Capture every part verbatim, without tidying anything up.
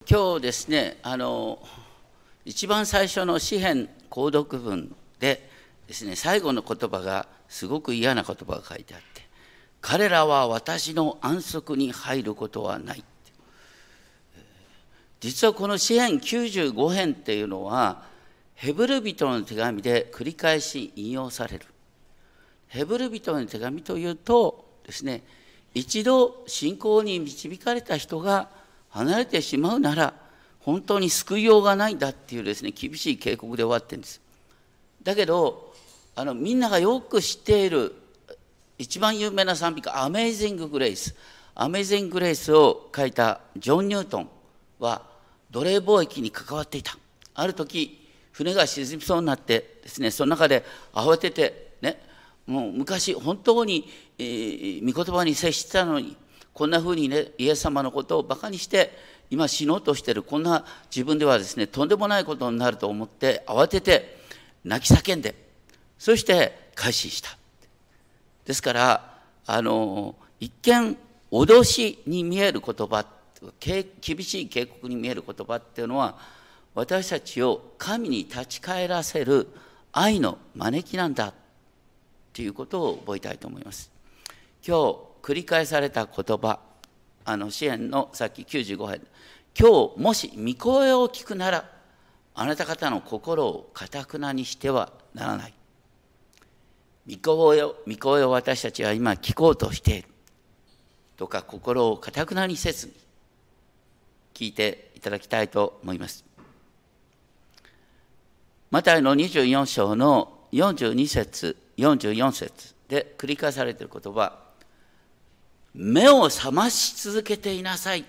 今日ですね、あの一番最初の詩編購読文でですね、最後の言葉がすごく嫌な言葉が書いてあって、彼らは私の安息に入ることはない。実はこの詩編きゅうじゅうご編っていうのはヘブル人の手紙で繰り返し引用される。ヘブル人の手紙というとですね、一度信仰に導かれた人が離れてしまうなら本当に救いようがないんだっていうですね、厳しい警告で終わってるんです。だけどあのみんながよく知っている一番有名な賛美歌アメイジング・グレイスアメイジング・グレイスを書いたジョン・ニュートンは奴隷貿易に関わっていた。ある時船が沈みそうになってですね、その中で慌ててね、もう昔本当に、えー、御言葉に接してたのにこんなふうにね、イエス様のことをバカにして今死のうとしている、こんな自分ではですねとんでもないことになると思って慌てて泣き叫んで、そして改心した。ですからあの一見脅しに見える言葉、厳しい警告に見える言葉っていうのは私たちを神に立ち返らせる愛の招きなんだということを覚えたいと思います。今日繰り返された言葉、あの詩編のさっききゅうじゅうご編、今日もし御声を聞くならあなた方の心を堅くなにしてはならない。御声を御声を私たちは今聞こうとしているとか、心を堅くなにせずに聞いていただきたいと思います。マタイのにじゅうよん章のよんじゅうに節よんじゅうよん節で繰り返されている言葉、目を覚まし続けていなさい。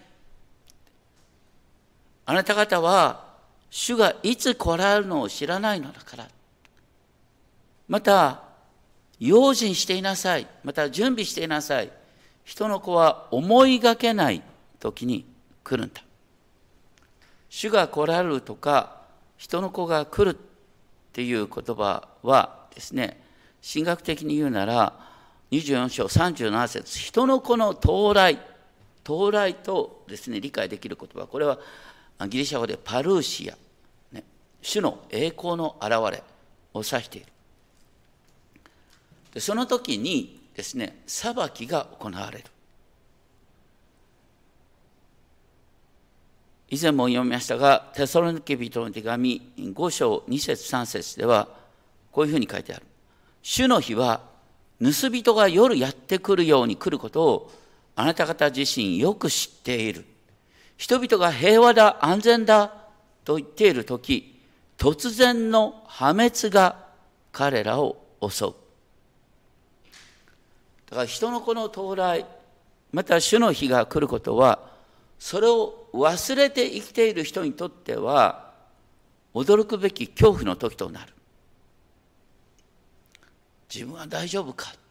あなた方は主がいつ来られるのを知らないのだから。また用心していなさい。また準備していなさい。人の子は思いがけない時に来るんだ。主が来られるとか人の子が来るっていう言葉はですね、神学的に言うならにじゅうよん章さんじゅうなな節、人の子の到来到来とですね理解できる言葉、これはギリシャ語でパルーシア、ね、主の栄光の現れを指している。でその時にですね、裁きが行われる。以前も読みましたが、テサロニケ人の手紙ご章に節さん節ではこういうふうに書いてある。主の日は盗人が夜やってくるように来ることをあなた方自身よく知っている。人々が平和だ安全だと言っているとき、突然の破滅が彼らを襲う。だから人の子の到来、また主の日が来ることは、それを忘れて生きている人にとっては驚くべき恐怖の時となる。自分は大丈夫か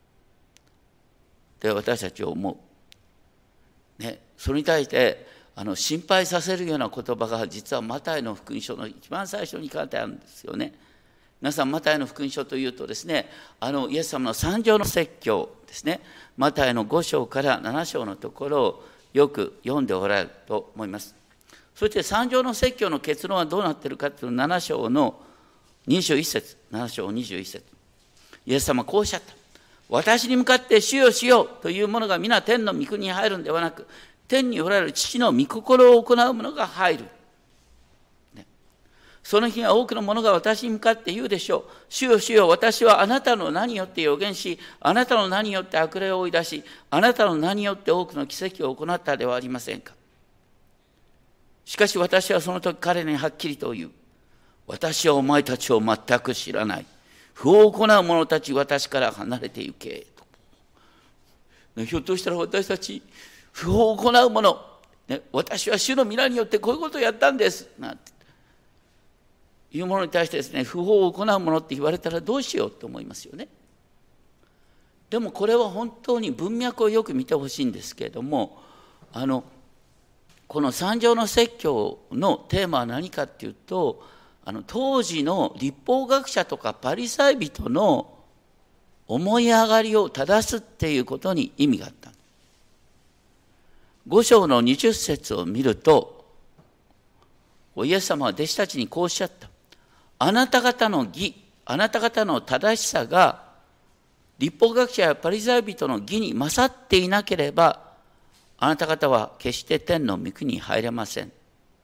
って私たちは思う、ね、それに対してあの心配させるような言葉が実はマタイの福音書の一番最初に書いてあるんですよね。皆さんマタイの福音書というとですね、あのイエス様の三条の説教ですね、マタイのご章からなな章のところをよく読んでおられると思います。そして三条の説教の結論はどうなっているかというと、なな章のにじゅういち節、なな章にじゅういち節、イエス様はこうおっしゃった。私に向かって主よ主よというものが皆天の御国に入るんではなく、天におられる父の御心を行う者が入る。ね、その日は多くの者が私に向かって言うでしょう。主よ主よ、私はあなたの名によって預言し、あなたの名によって悪霊を追い出し、あなたの名によって多くの奇跡を行ったではありませんか。しかし私はその時彼にはっきりと言う。私はお前たちを全く知らない。不法を行う者たち、私から離れて行け。ひょっとしたら私たち、不法を行う者、ね、私は主の皆によってこういうことをやったんです。なんていうものに対してですね、不法を行う者って言われたらどうしようと思いますよね。でもこれは本当に文脈をよく見てほしいんですけれども、あの、この三条の説教のテーマは何かっていうと、あの当時の律法学者とかパリサイ人の思い上がりを正すっていうことに意味があった。ご章のにじゅう節を見ると、 イエス様は弟子たちにこうおっしゃった。あなた方の義、あなた方の正しさが律法学者やパリサイ人の義に勝っていなければ、あなた方は決して天の御国に入れません。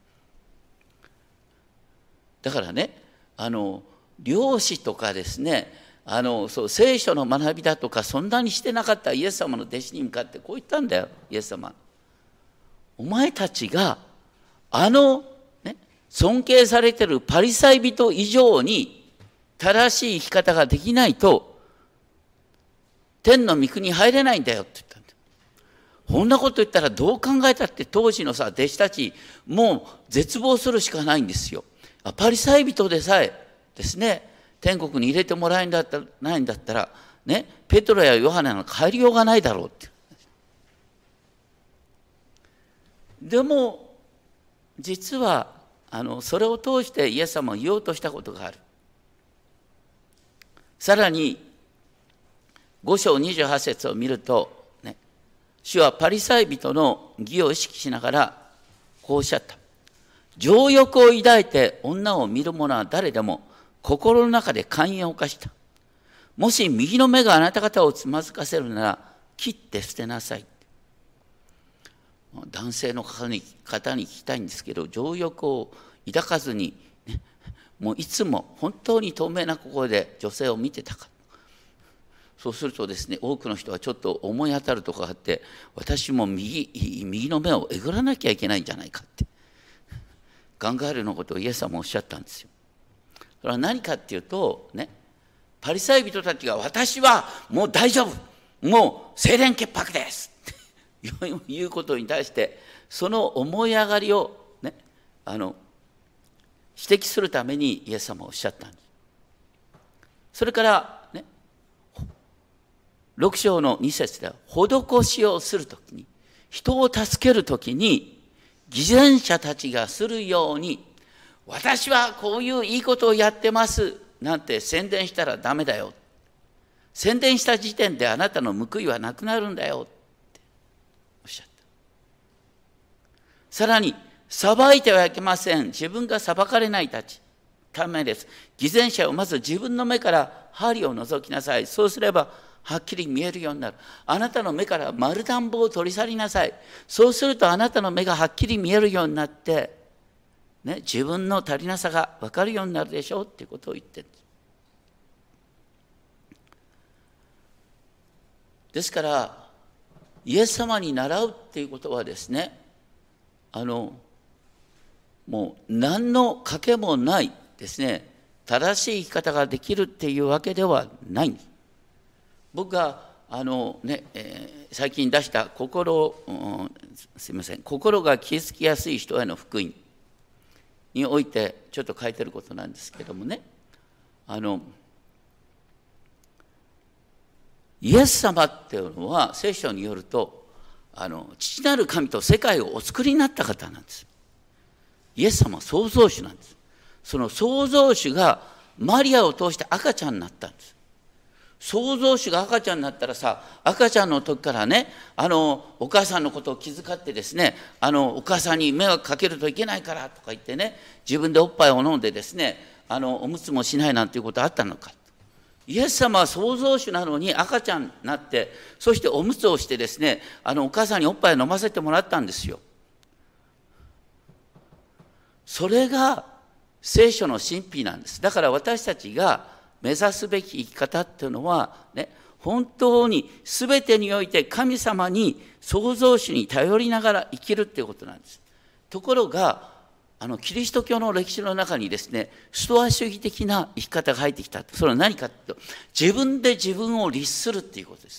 だからね、あの漁師とかですね、あのそう聖書の学びだとかそんなにしてなかったイエス様の弟子に向かってこう言ったんだよ、イエス様。お前たちがあの、ね、尊敬されてるパリサイ人以上に正しい生き方ができないと天の御国に入れないんだよって言ったんだよ。こんなこと言ったらどう考えたって当時のさ弟子たちもう絶望するしかないんですよ。パリサイ人でさえですね、天国に入れてもらえないんだったらね、ペトロやヨハネなんか入りようがないだろうって。でも実はあのそれを通してイエス様は言おうとしたことがある。さらにご章にじゅうはち節を見ると、ね、主はパリサイ人の義を意識しながらこうおっしゃった。情欲を抱いて女を見る者は誰でも心の中で姦淫を犯した。もし右の目があなた方をつまずかせるなら切って捨てなさい。男性の方に聞きたいんですけど、情欲を抱かずに、ね、もういつも本当に透明な心で女性を見てたか。そうするとですね、多くの人はちょっと思い当たるところがあって、私も右、右の目をえぐらなきゃいけないんじゃないかって考えるようなことをイエス様はおっしゃったんですよ。それは何かっていうとね、パリサイ人たちが私はもう大丈夫、もう清廉潔白ですっていうことに対して、その思い上がりをね、あの指摘するためにイエス様はおっしゃったんです。それからね、ろく章のに節では施しをするときに、人を助けるときに偽善者たちがするように、私はこういういいことをやってますなんて宣伝したらダメだよ。宣伝した時点であなたの報いはなくなるんだよっておっしゃった。さらに、裁いてはいけません。自分が裁かれないたちためです。偽善者をまず自分の目から針を除きなさい。そうすればはっきり見えるようになる。あなたの目から丸暖房を取り去りなさい。そうするとあなたの目がはっきり見えるようになって、ね、自分の足りなさが分かるようになるでしょうっていうことを言ってるんです。ですからイエス様に習うっていうことはですね、あのもう何の賭けもないですね、正しい生き方ができるっていうわけではないんです。僕があの、ねえー、最近出した心、うん、すみません、心が傷つきやすい人への福音においてちょっと書いてることなんですけどもね、あのイエス様っていうのは聖書によると、あの父なる神と世界をお作りになった方なんです。イエス様は創造主なんです。その創造主がマリアを通して赤ちゃんになったんです。創造主が赤ちゃんになったらさ、赤ちゃんの時からね、あのお母さんのことを気遣ってですね、あのお母さんに迷惑かけるといけないからとか言ってね、自分でおっぱいを飲んでですね、あのおむつもしないなんていうことあったのか。イエス様は創造主なのに赤ちゃんになって、そしておむつをしてですね、あのお母さんにおっぱいを飲ませてもらったんですよ。それが聖書の神秘なんです。だから私たちが目指すべき生き方っていうのは、ね、本当に全てにおいて神様に創造主に頼りながら生きるっていうことなんです。ところがあのキリスト教の歴史の中にですね、ストア主義的な生き方が入ってきた。それは何かというと、自分で自分を律するっていうことです。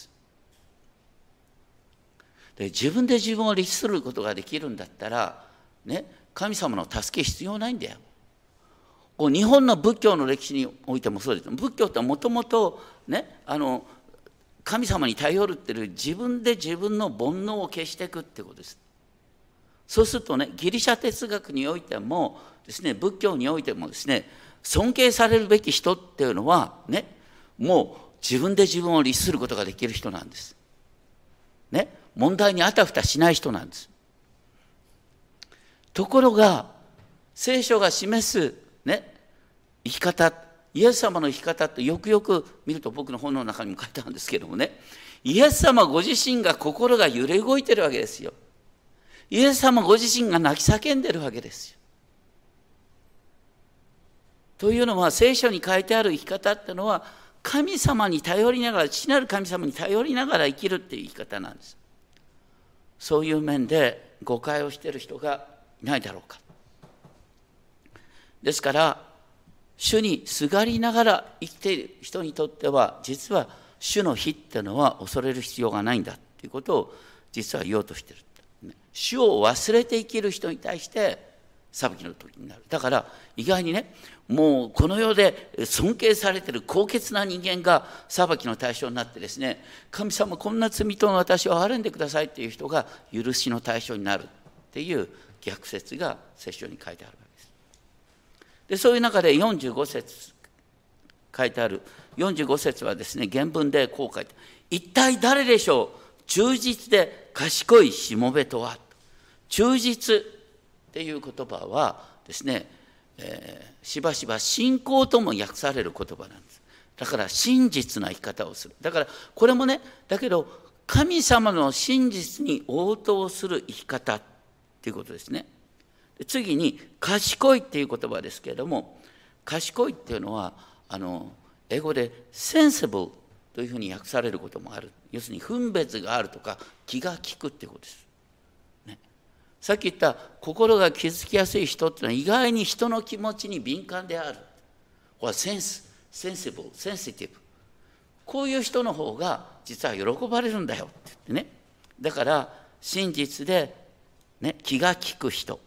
で、自分で自分を律することができるんだったら、ね、神様の助け必要ないんだよ。こう日本の仏教の歴史においてもそうです。仏教ってもともとね、あの神様に頼るっていう自分で自分の煩悩を消していくっていうことです。そうするとね、ギリシャ哲学においてもですね、仏教においてもですね、尊敬されるべき人っていうのはね、もう自分で自分を律することができる人なんです。ね、問題にあたふたしない人なんです。ところが聖書が示す、ね、生き方、イエス様の生き方ってよくよく見ると、僕の本の中にも書いてあるんですけどもね、イエス様ご自身が心が揺れ動いてるわけですよ。イエス様ご自身が泣き叫んでるわけですよ。というのは、聖書に書いてある生き方っていうのは、神様に頼りながら、父なる神様に頼りながら生きるっていう生き方なんです。そういう面で誤解をしている人がいないだろうか。ですから、主にすがりながら生きている人にとっては、実は主の日っていうのは恐れる必要がないんだということを実は言おうとしている。主を忘れて生きる人に対して裁きの時になる。だから意外にね、もうこの世で尊敬されている高潔な人間が裁きの対象になってですね、神様こんな罪との私を憐れんでくださいっていう人が許しの対象になるっていう逆説が聖書に書いてあるわけです。で、そういう中でよんじゅうご節書いてあるよんじゅうご節はですね、原文でこう書いて、一体誰でしょう、忠実で賢いしもべとは。忠実っていう言葉はですね、えー、しばしば信仰とも訳される言葉なんです。だから真実な生き方をする。だからこれもね、だけど神様の真実に応答する生き方っていうことですね。で、次に賢いっていう言葉ですけれども、賢いっていうのはあの英語でセンシブルというふうに訳されることもある。要するに分別があるとか気が利くっていうことです。さっき言った心が傷つきやすい人っていうのは意外に人の気持ちに敏感である。これはセンス、センシブル、センシティブ。こういう人の方が実は喜ばれるんだよって言ってね。だから真実で、ね、気が利く人。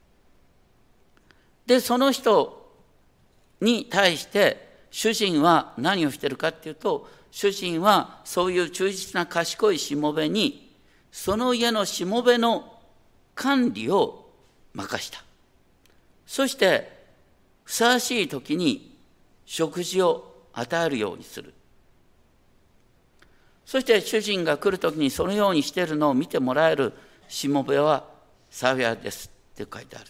で、その人に対して主人は何をしてるかっていうと、主人はそういう忠実な賢いしもべにその家のしもべの管理を任した。そしてふさわしい時に食事を与えるようにする。そして主人が来る時にそのようにしているのを見てもらえるしもべは幸いですって書いてある。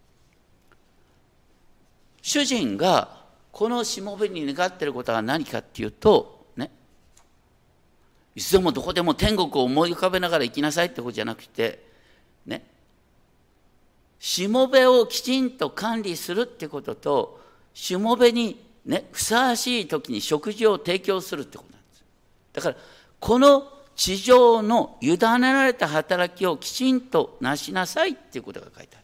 主人がこのしもべに願っていることは何かっていうとね、いつでもどこでも天国を思い浮かべながら生きなさいってことじゃなくてね、しもべをきちんと管理するってことと、しもべに、ね、ふさわしい時に食事を提供するってことなんです。だからこの地上の委ねられた働きをきちんとなしなさいっていうことが書いてある。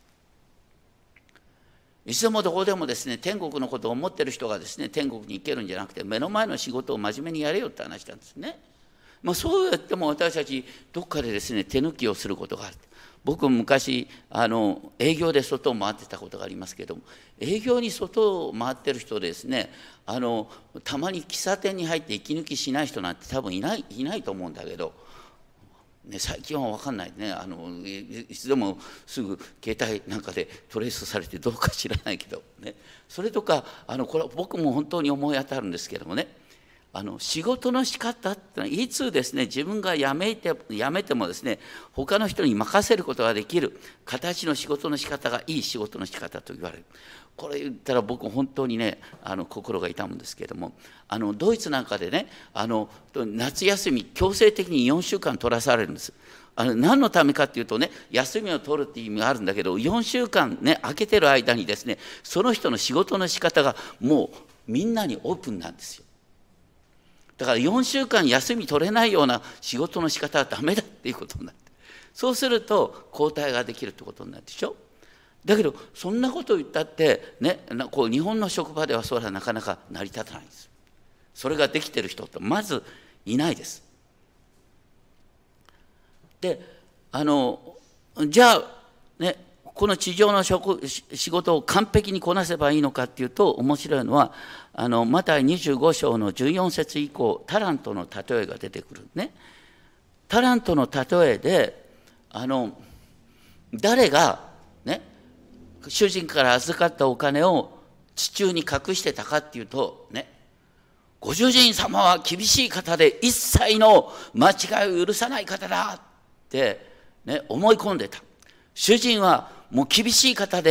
いつでもどこでもですね、天国のことを思っている人がですね、天国に行けるんじゃなくて、目の前の仕事を真面目にやれよって話なんですね。まあ、そうやっても私たちどっかでですね、手抜きをすることがある。僕も昔あの営業で外を回ってたことがありますけれども、営業に外を回ってる人でですね、あのたまに喫茶店に入って息抜きしない人なんて多分いないいないと思うんだけど、ね、最近は分かんないね。あのいつでもすぐ携帯なんかでトレースされてどうか知らないけどね、それとかあのこれは僕も本当に思い当たるんですけどもね、あの仕事の仕方ってのはいつですね、自分が辞めて辞めてもですね、他の人に任せることができる形の仕事の仕方がいい仕事の仕方と言われる。これ言ったら僕本当にね、あの心が痛むんですけれども、あのドイツなんかでね、あの夏休み強制的によんしゅうかん取らされるんです。あの何のためかっていうとね、休みを取るっていう意味があるんだけど、よんしゅうかんね空けてる間にですね、その人の仕事の仕方がもうみんなにオープンなんですよ。だからよんしゅうかん休み取れないような仕事の仕方はダメだっていうことになって、そうすると交代ができるってことになるでしょ。だけどそんなことを言ったってね、こう日本の職場ではそれはなかなか成り立たないんです。それができてる人ってまずいないです。で、あのじゃあね、この地上の職仕事を完璧にこなせばいいのかっていうと、面白いのはあのマタイにじゅうご章のじゅうよん節以降、タラントの例えが出てくるね。タラントの例えで、あの誰がね、主人から預かったお金を地中に隠してたかっていうとね、ご主人様は厳しい方で一切の間違いを許さない方だって、ね、思い込んでた。主人はもう厳しい方で、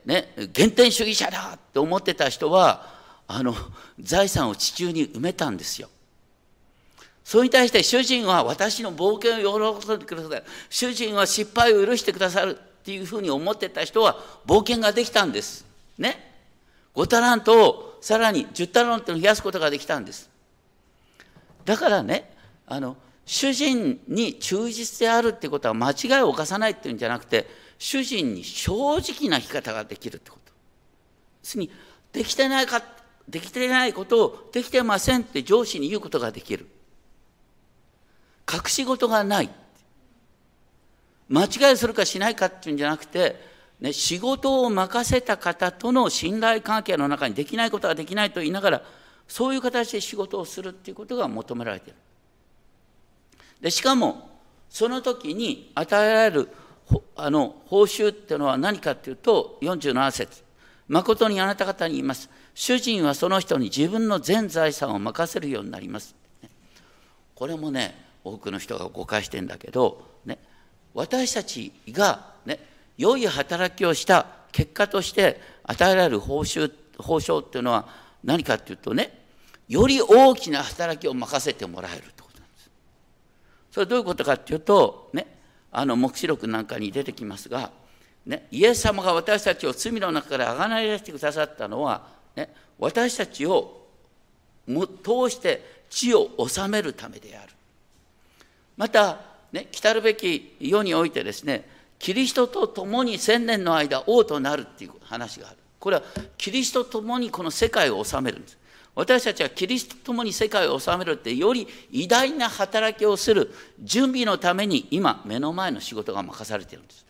ね、原点主義者だって思ってた人はあの財産を地中に埋めたんですよ。それに対して主人は私の冒険を喜んでくださる、主人は失敗を許してくださるっていうふうに思ってた人は冒険ができたんですね。ごタラントをさらにじゅうタラントに増やすことができたんです。だからね、あの主人に忠実であるってことは間違いを犯さないっていうんじゃなくて、主人に正直な生き方ができるってこと。要するにできてないか、できてないことをできてませんって上司に言うことができる。隠し事がない。間違いするかしないかっていうんじゃなくて、ね、仕事を任せた方との信頼関係の中にできないことはできないと言いながら、そういう形で仕事をするっていうことが求められている。でしかもその時に与えられるあの報酬っていうのは何かっていうと、よんじゅうなな節、誠にあなた方に言います。主人はその人に自分の全財産を任せるようになります。これもね、多くの人が誤解してるんだけど、ね、私たちが、ね、良い働きをした結果として与えられる報酬、報酬っていうのは何かっていうとね、より大きな働きを任せてもらえるってことなんです。それはどういうことかっていうと、ね、あの黙示録なんかに出てきますが、ね、イエス様が私たちを罪の中からあがない出してくださったのは、ね、私たちをも通して地を治めるためである。また、ね、来るべき世においてですね、キリストと共に千年の間王となるっていう話がある。これはキリストと共にこの世界を治めるんです。私たちはキリストと共に世界を治めるってより偉大な働きをする準備のために今目の前の仕事が任されているんです。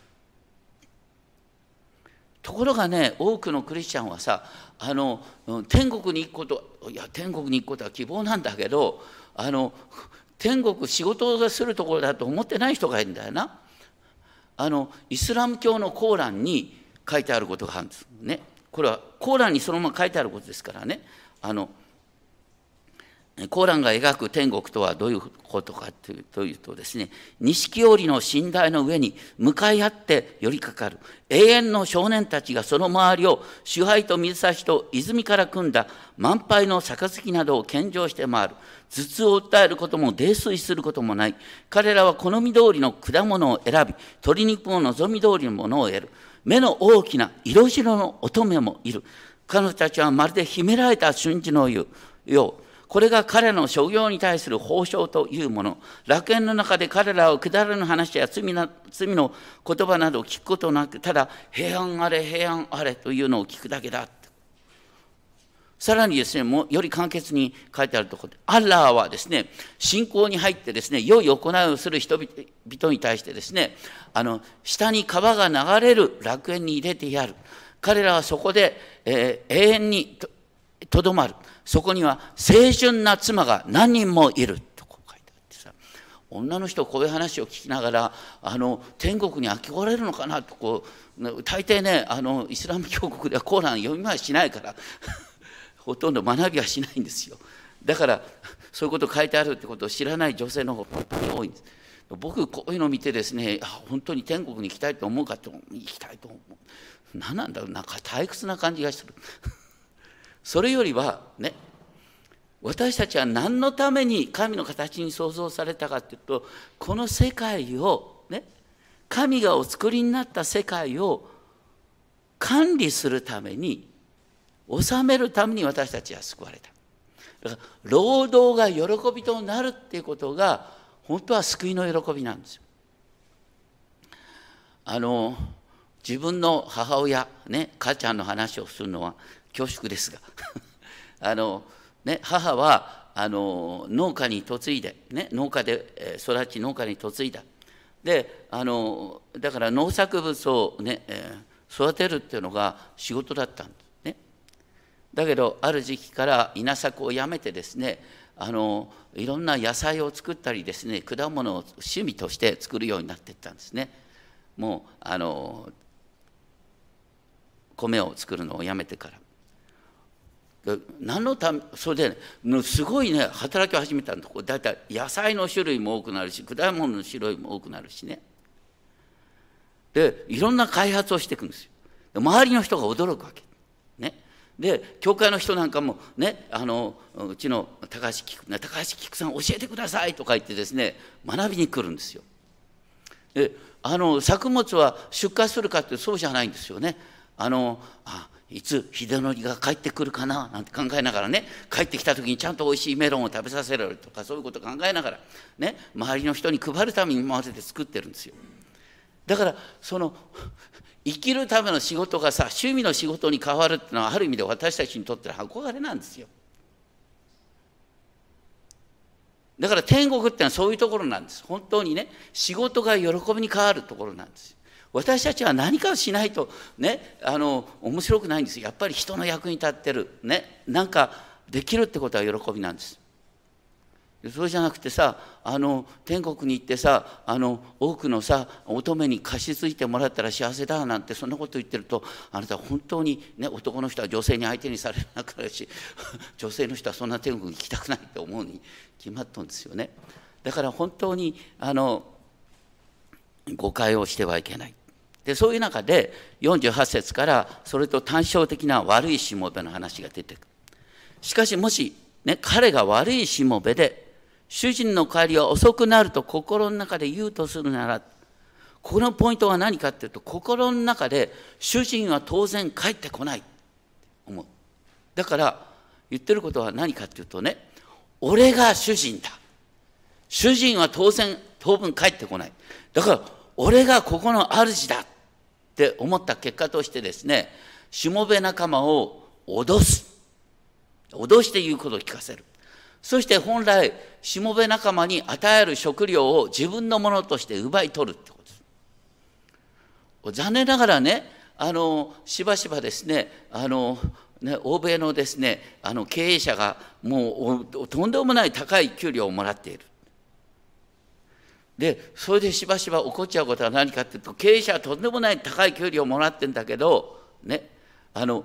ところがね、多くのクリスチャンはさ、あの天国に行くこと、いや天国に行くことは希望なんだけど、あの天国仕事をするところだと思ってない人がいるんだよな。あのイスラム教のコーランに書いてあることがあるんですね。これはコーランにそのまま書いてあることですからね。あのコーランが描く天国とはどういうことかというとですね、錦織の寝台の上に向かい合って寄りかかる永遠の少年たちがその周りを酒杯と水差しと泉から汲んだ満杯の杯などを献上して回る。頭痛を訴えることも泥酔することもない。彼らは好み通りの果物を選び、鶏肉も望み通りのものを得る。目の大きな色白の乙女もいる。彼女たちはまるで秘められた瞬時のよう。これが彼の所業に対する報奨というもの。楽園の中で彼らはくだらぬ話や罪な罪の言葉などを聞くことなく、ただ平安あれ平安あれというのを聞くだけだ。さらにですね、もうより簡潔に書いてあるところで、アッラーはですね、信仰に入ってですね、良い行いをする人々に対してですね、あの下に川が流れる楽園に入れてやる。彼らはそこで、えー、永遠にとどまる。そこには清純な妻が何人もいるとこう書いてあってさ、女の人こういう話を聞きながら、あの天国に憧れるのかなとこう、大抵ね、あのイスラム教国ではコーラン読みはしないからほとんど学びはしないんですよ。だからそういうこと書いてあるってことを知らない女性の方が本当に多いんです。僕こういうのを見てですね、本当に天国に行きたいと思うかと、行きたいと思う。何なんだろう、なんか退屈な感じがする。それよりはね、私たちは何のために神の形に創造されたかというと、この世界をね、神がお作りになった世界を管理するために、治めるために私たちは救われた。だから労働が喜びとなるっていうことが本当は救いの喜びなんですよ。あの自分の母親ね、母ちゃんの話をするのは恐縮ですがあの、ね、母はあの農家に嫁いで、ね、農家で育ち農家に嫁いだ。であのだから農作物を、ね、育てるっていうのが仕事だったんですね。だけどある時期から稲作をやめてですね、あのいろんな野菜を作ったりですね、果物を趣味として作るようになっていったんですね。もうあの米を作るのをやめてから。何のため、それで、ね、すごいね働きを始めたんだ。だいたい野菜の種類も多くなるし、果物の種類も多くなるしね。でいろんな開発をしていくんですよ。 周りの人が驚くわけ。ね、で教会の人なんかもね、あのうちの高橋菊高橋菊さん教えてくださいとか言ってですね、学びに来るんですよ。であの作物は出荷するかってそうじゃないんですよね。あのあいつ秀則が帰ってくるかななんて考えながらね、帰ってきた時にちゃんとおいしいメロンを食べさせられるとか、そういうことを考えながらね、周りの人に配るために今までで作ってるんですよ。だからその生きるための仕事がさ、趣味の仕事に変わるっていうのはある意味で私たちにとっての憧れなんですよ。だから天国っていうのはそういうところなんです。本当にね、仕事が喜びに変わるところなんですよ。私たちは何かをしないとね、あの面白くないんですよ。やっぱり人の役に立ってるね、なんかできるってことは喜びなんです。それじゃなくてさ、あの天国に行ってさ、あの多くのさ乙女に貸し付いてもらったら幸せだなんてそんなこと言ってると、あなたは本当にね、男の人は女性に相手にされなくなるし、女性の人はそんな天国に行きたくないって思うに決まったんですよね。だから本当にあの誤解をしてはいけない。でそういう中でよんじゅうはち節からそれと対照的な悪いしもべの話が出てくる。しかしもし、ね、彼が悪いしもべで主人の帰りは遅くなると心の中で言うとするなら、ここのポイントは何かっていうと、心の中で主人は当然帰ってこないと思う。だから言ってることは何かっていうとね、俺が主人だ、主人は当然当分帰ってこない、だから俺がここの主だって思った結果としてですね、しもべ仲間を脅す、脅して言うことを聞かせる。そして本来しもべ仲間に与える食料を自分のものとして奪い取るってことです。残念ながらね、あのしばしばですね、あのね、欧米のですね、あの経営者がもうとんでもない高い給料をもらっている。でそれでしばしば起こっちゃうことは何かっていうと、経営者はとんでもない高い給料をもらってるんだけどね、あの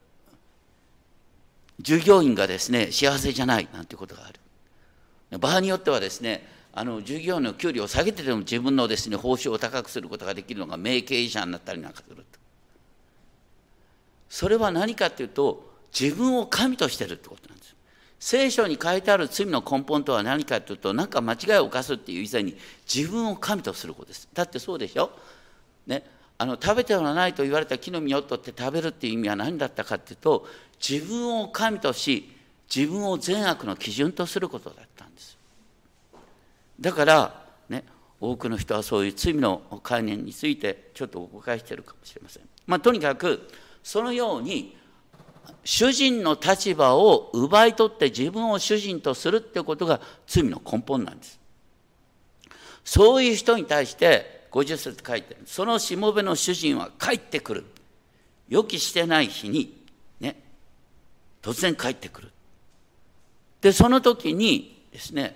従業員がですね幸せじゃないなんていうことがある。場合によってはですね、あの従業員の給料を下げてでも自分のですね報酬を高くすることができるのが名経営者になったりなんかすると。それは何かというと、自分を神としてるってことなんです。聖書に書いてある罪の根本とは何かというと、何か間違いを犯すっていう以前に自分を神とすることです。だってそうでしょ、ね、あの食べてはないと言われた木の実を取って食べるっていう意味は何だったかっていうと、自分を神とし自分を善悪の基準とすることだったんです。だからね、多くの人はそういう罪の概念についてちょっと誤解しているかもしれません。まあとにかくそのように主人の立場を奪い取って自分を主人とするってことが罪の根本なんです。そういう人に対してごじゅっ節書いてある。そのしもべの主人は帰ってくる。予期してない日にね、突然帰ってくる。でその時にですね、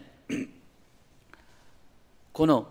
この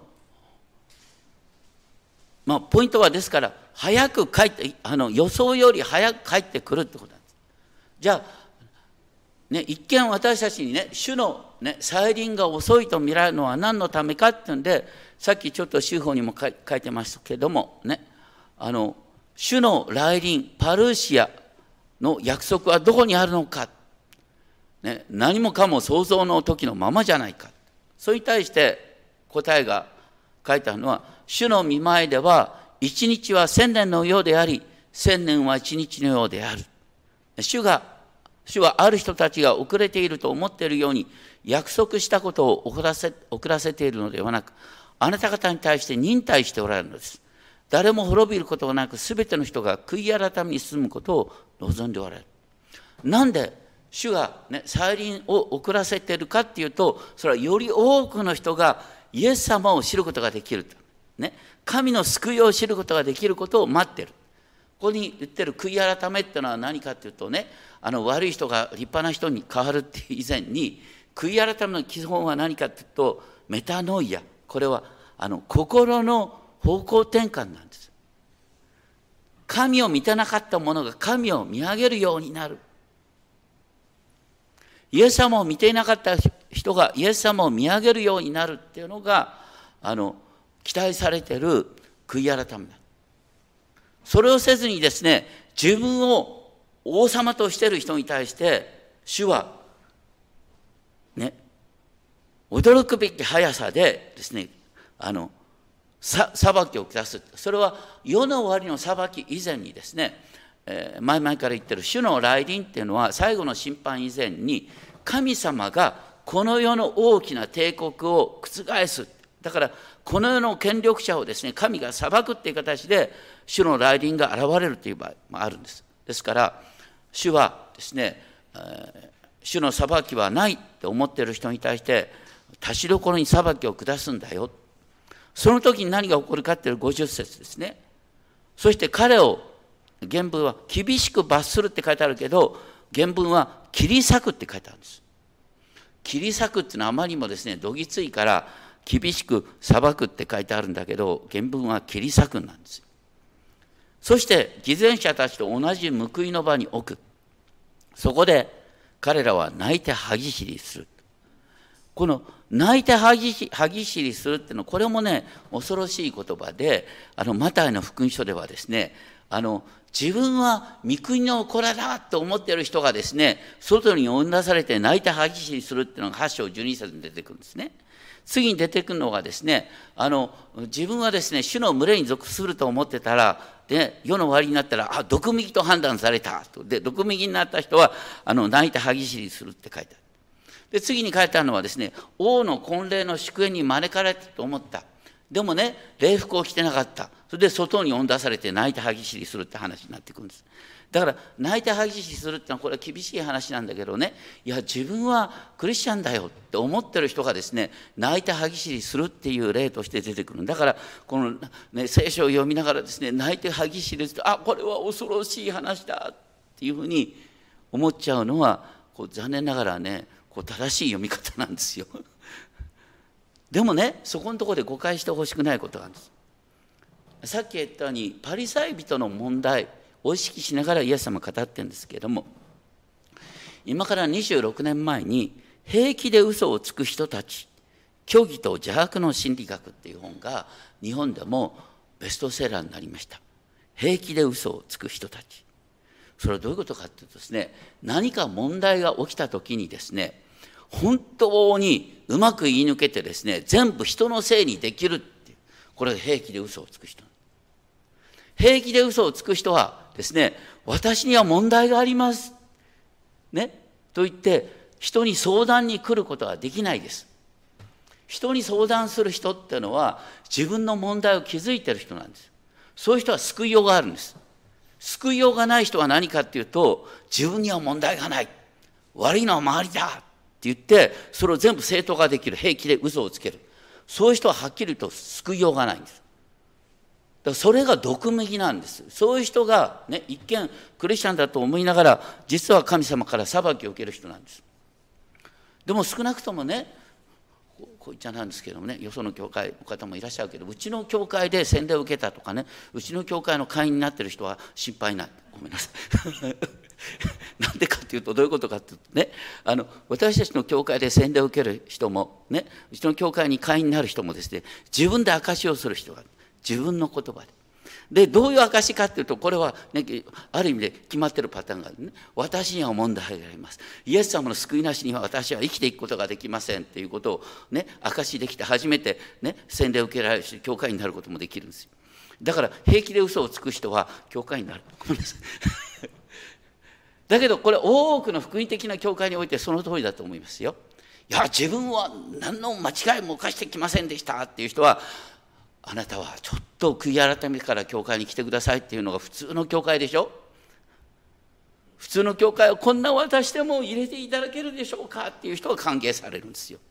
まあポイントはですから、早く帰ってあの予想より早く帰ってくるってことなんです。じゃあ、ね、一見私たちにね、主の、ね、再臨が遅いと見られるのは何のためかっていうんで、さっきちょっと修法にも書いてましたけどもね、あの主の来臨パルーシアの約束はどこにあるのか、ね、何もかも創造の時のままじゃないか、それに対して答えが書いてあるのは、主の御前では一日は千年のようであり、千年は一日のようである。主が主はある人たちが遅れていると思っているように約束したことを遅らせ、遅らせているのではなく、あなた方に対して忍耐しておられるのです。誰も滅びることがなく、すべての人が悔い改めに進むことを望んでおられる。なんで主が、ね、再臨を遅らせているかっていうと、それはより多くの人がイエス様を知ることができる、ね、神の救いを知ることができることを待っている。ここに言ってる悔い改めっていうのは何かっていうとね、あの悪い人が立派な人に変わるっていう以前に、悔い改めの基本は何かっていうと、メタノイア、これはあの心の方向転換なんです。神を見てなかった者が神を見上げるようになる。イエス様を見ていなかった人がイエス様を見上げるようになるっていうのがあの期待されている悔い改めだ。 それをせずにですね、自分を王様としている人に対して、主は、ね、驚くべき速さでですね、あの、裁きを下す。それは世の終わりの裁き以前にですね、えー、前々から言ってる主の来臨っていうのは最後の審判以前に神様がこの世の大きな帝国を覆す。だからこの世の権力者をですね、神が裁くっていう形で主の来臨が現れるという場合もあるんです。ですから主はですね、えー、主の裁きはないって思っている人に対してたちどころに裁きを下すんだよ。その時に何が起こるかっていうごじゅっ節ですね。そして彼を、原文は厳しく罰するって書いてあるけど、原文は切り裂くって書いてあるんです。切り裂くっていうのはあまりにもですね、どぎついから厳しく裁くって書いてあるんだけど、原文は切り裂くなんです。そして偽善者たちと同じ報いの場に置く。そこで彼らは泣いて歯ぎしりする。この泣いて歯ぎし歯ぎしりするっていうのは、これもね、恐ろしい言葉で、あのマタイの福音書ではですね、あの自分は御国の子らだと思っている人がですね、外に追い出されて泣いて歯ぎしりするっていうのがはち章じゅうに節に出てくるんですね。次に出てくるのがですね、あの自分はですね、主の群れに属すると思ってたら、で世の終わりになったら、あ、毒右と判断されたと。で、毒右になった人はあの泣いて歯ぎしりするって書いてある。で、次に書いてあるのはですね、王の婚礼の祝宴に招かれたと思った。でもね、礼服を着てなかった。それで外に追い出されて泣いて歯ぎしりするって話になってくるんです。だから泣いて歯ぎしりするってのはこれは厳しい話なんだけどね、いや自分はクリスチャンだよって思ってる人がですね、泣いて歯ぎしりするっていう例として出てくる。だからこの、ね、聖書を読みながらですね、泣いて歯ぎしりすると、あ、これは恐ろしい話だっていうふうに思っちゃうのは、こう残念ながらね、こう正しい読み方なんですよ。でもね、そこのところで誤解してほしくないことがあるんです。さっき言ったようにパリサイ人の問題を意識しながらイエス様語ってるんですけれども、今からにじゅうろくねんまえに平気で嘘をつく人たち、虚偽と邪悪の心理学っていう本が日本でもベストセラーになりました。平気で嘘をつく人たち。それはどういうことかというとですね、何か問題が起きた時にですね、本当にうまく言い抜けてですね、全部人のせいにできるっていう、これが平気で嘘をつく人。平気で嘘をつく人はですね、私には問題がありますねと言って人に相談に来ることはできないです。人に相談する人っていうのは自分の問題を気づいている人なんです。そういう人は救いようがあるんです。救いようがない人は何かっていうと、自分には問題がない、悪いのは周りだって言ってそれを全部正当化できる、平気で嘘をつける、そういう人ははっきりと救いようがないんです。だからそれが毒麦なんです。そういう人が、ね、一見クリスチャンだと思いながら実は神様から裁きを受ける人なんです。でも少なくともね、こう言っちゃなんですけどもね、よその教会の方もいらっしゃるけど、うちの教会で洗礼を受けたとかね、うちの教会の会員になってる人は心配ない。ごめんなさい。なんでかっていうと、どういうことかっていうとね、あの私たちの教会で洗礼を受ける人もね、うちの教会に会員になる人もですね、自分で証しをする人が自分の言葉で。で、どういう証かっていうと、これは、ね、ある意味で決まってるパターンがあるね。私には問題があります。イエス様の救いなしには私は生きていくことができませんっていうことをね、証しできて初めてね、洗礼を受けられるし、教会になることもできるんですよ。だから平気で嘘をつく人は教会になる。ごめんなさい。だけどこれ多くの福音的な教会においてその通りだと思いますよ。いや、自分は何の間違いも犯してきませんでしたっていう人は、あなたはちょっと悔い改めから教会に来てくださいっていうのが普通の教会でしょ。普通の教会をこんな私でも入れていただけるでしょうかっていう人が歓迎されるんですよ。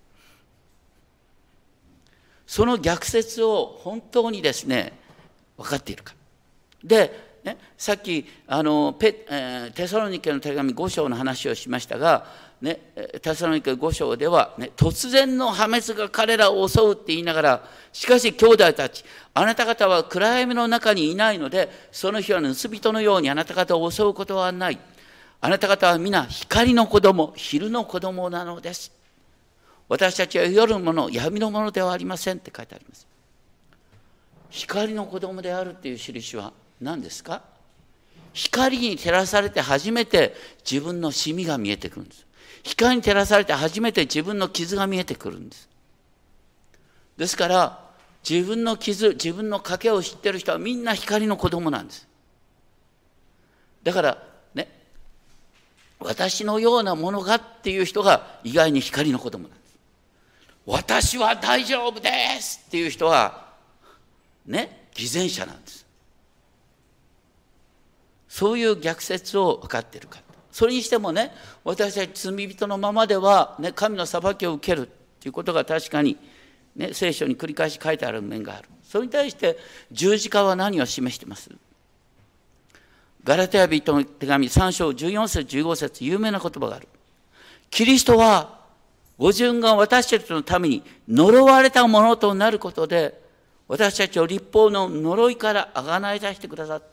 その逆説を本当にですね、分かっているか。で、ね、さっきあの ペ、えー、テサロニケの手紙ご章の話をしましたが、ね、テサロニケご章では、ね、突然の破滅が彼らを襲うって言いながら、しかし兄弟たち、あなた方は暗闇の中にいないので、その日は盗人のようにあなた方を襲うことはない。あなた方は皆光の子供、昼の子供なのです。私たちは夜のもの、闇のものではありませんって書いてあります。光の子供であるっていう印は何ですか？光に照らされて初めて自分のシミが見えてくるんです。光に照らされて初めて自分の傷が見えてくるんです。ですから自分の傷、自分の賭けを知っている人はみんな光の子供なんです。だからね、私のようなものがっていう人が意外に光の子供なんです。私は大丈夫ですっていう人はね、偽善者なんです。そういう逆説を分かっているか。それにしてもね、私たち罪人のままでは、ね、神の裁きを受けるということが確かに、ね、聖書に繰り返し書いてある面がある。それに対して十字架は何を示しています？ガラテヤ人の手紙さん章じゅうよん節じゅうご節、有名な言葉がある。キリストはご自分が私たちのために呪われたものとなることで、私たちを律法の呪いからあがない出してくださった。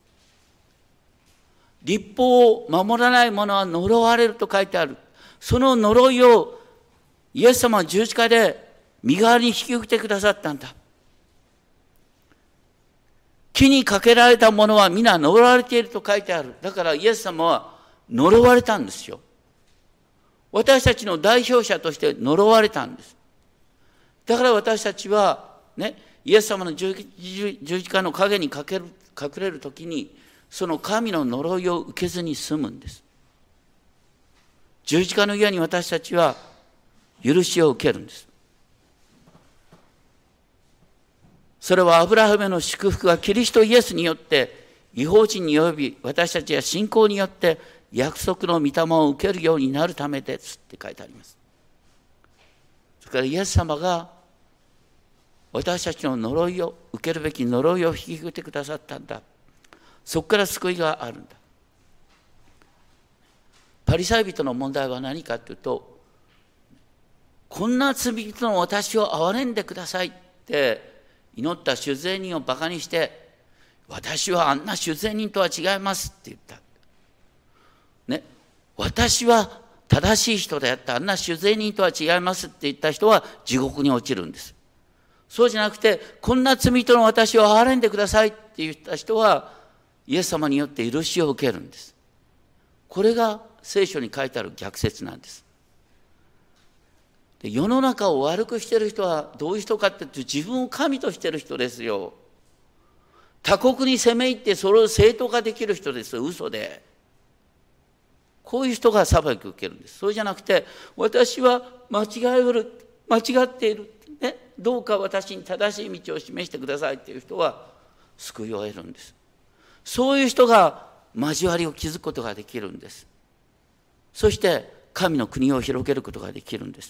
律法を守らない者は呪われると書いてある。その呪いをイエス様は十字架で身代わりに引き受けてくださったんだ。木にかけられた者は皆呪われていると書いてある。だからイエス様は呪われたんですよ。私たちの代表者として呪われたんです。だから私たちはね、イエス様の十字架の陰にかける隠れるときに、その神の呪いを受けずに済むんです。十字架の上に私たちは許しを受けるんです。それはアブラハムの祝福がキリストイエスによって異邦人に及び、私たちは信仰によって約束の御霊を受けるようになるためですって書いてあります。それからイエス様が私たちの呪いを受けるべき呪いを引き受けてくださったんだ。そこから救いがあるんだ。パリサイ人の問題は何かというと、こんな罪人の私を憐れんでくださいって祈った主税人をバカにして、私はあんな主税人とは違いますって言った。ね、私は正しい人であった、あんな主税人とは違いますって言った人は地獄に落ちるんです。そうじゃなくて、こんな罪人の私を憐れんでくださいって言った人は、イエス様によって許しを受けるんです。これが聖書に書いてある逆説なんです。で、世の中を悪くしている人はどういう人かっていうと、自分を神としている人ですよ。他国に攻め入ってそれを正当化できる人ですよ、嘘で。こういう人が裁きを受けるんです。それじゃなくて、私は間違える、間違っている、ね、どうか私に正しい道を示してくださいっていう人は救いを得るんです。そういう人が交わりを築くことができるんです。そして神の国を広げることができるんです。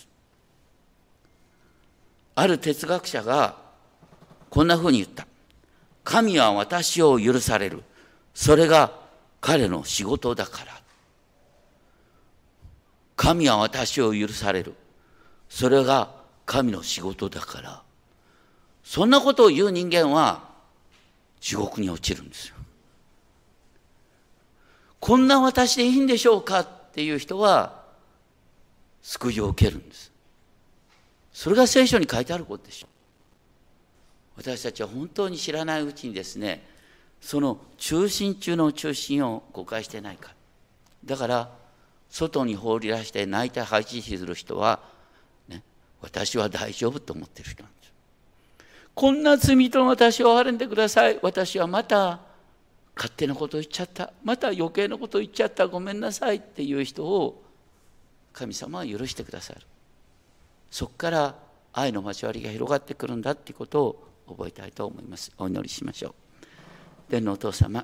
ある哲学者がこんなふうに言った。神は私を許される。それが彼の仕事だから。神は私を許される。それが神の仕事だから。そんなことを言う人間は地獄に落ちるんですよ。こんな私でいいんでしょうかっていう人は救いを受けるんです。それが聖書に書いてあることでしょう。私たちは本当に知らないうちにですね、その中心中の中心を誤解してないか。だから外に放り出して泣いて恥知識する人は、ね、私は大丈夫と思っている人なんです。こんな罪人の私を憐れんでください。私はまた勝手なことを言っちゃった。また余計なことを言っちゃった。ごめんなさいっていう人を神様は許してくださる。そこから愛の交わりが広がってくるんだっていうことを覚えたいと思います。お祈りしましょう。天のお父様、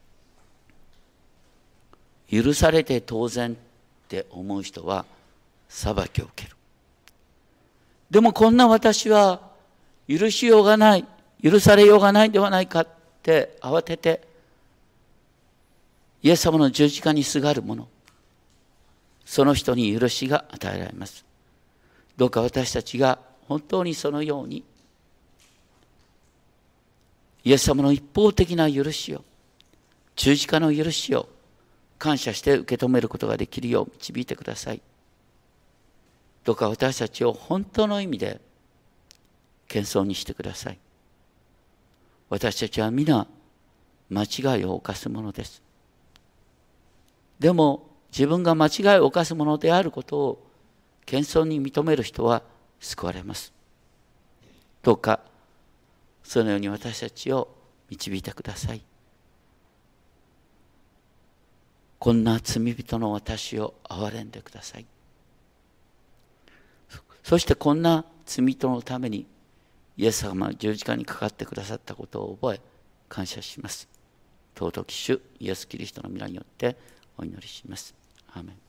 許されて当然って思う人は裁きを受ける。でもこんな私は許しようがない、許されようがないではないかって慌ててイエス様の十字架にすがる者、その人に許しが与えられます。どうか私たちが本当にそのようにイエス様の一方的な許しを、十字架の許しを感謝して受け止めることができるよう導いてください。どうか私たちを本当の意味で謙遜にしてください。私たちは皆間違いを犯すものです。でも自分が間違いを犯すものであることを謙遜に認める人は救われます。どうかそのように私たちを導いてください。こんな罪人の私を憐れんでください。そしてこんな罪人のためにイエス様が十字架にかかってくださったことを覚え感謝します。尊き主イエスキリストの皆によってお祈りします。アーメン。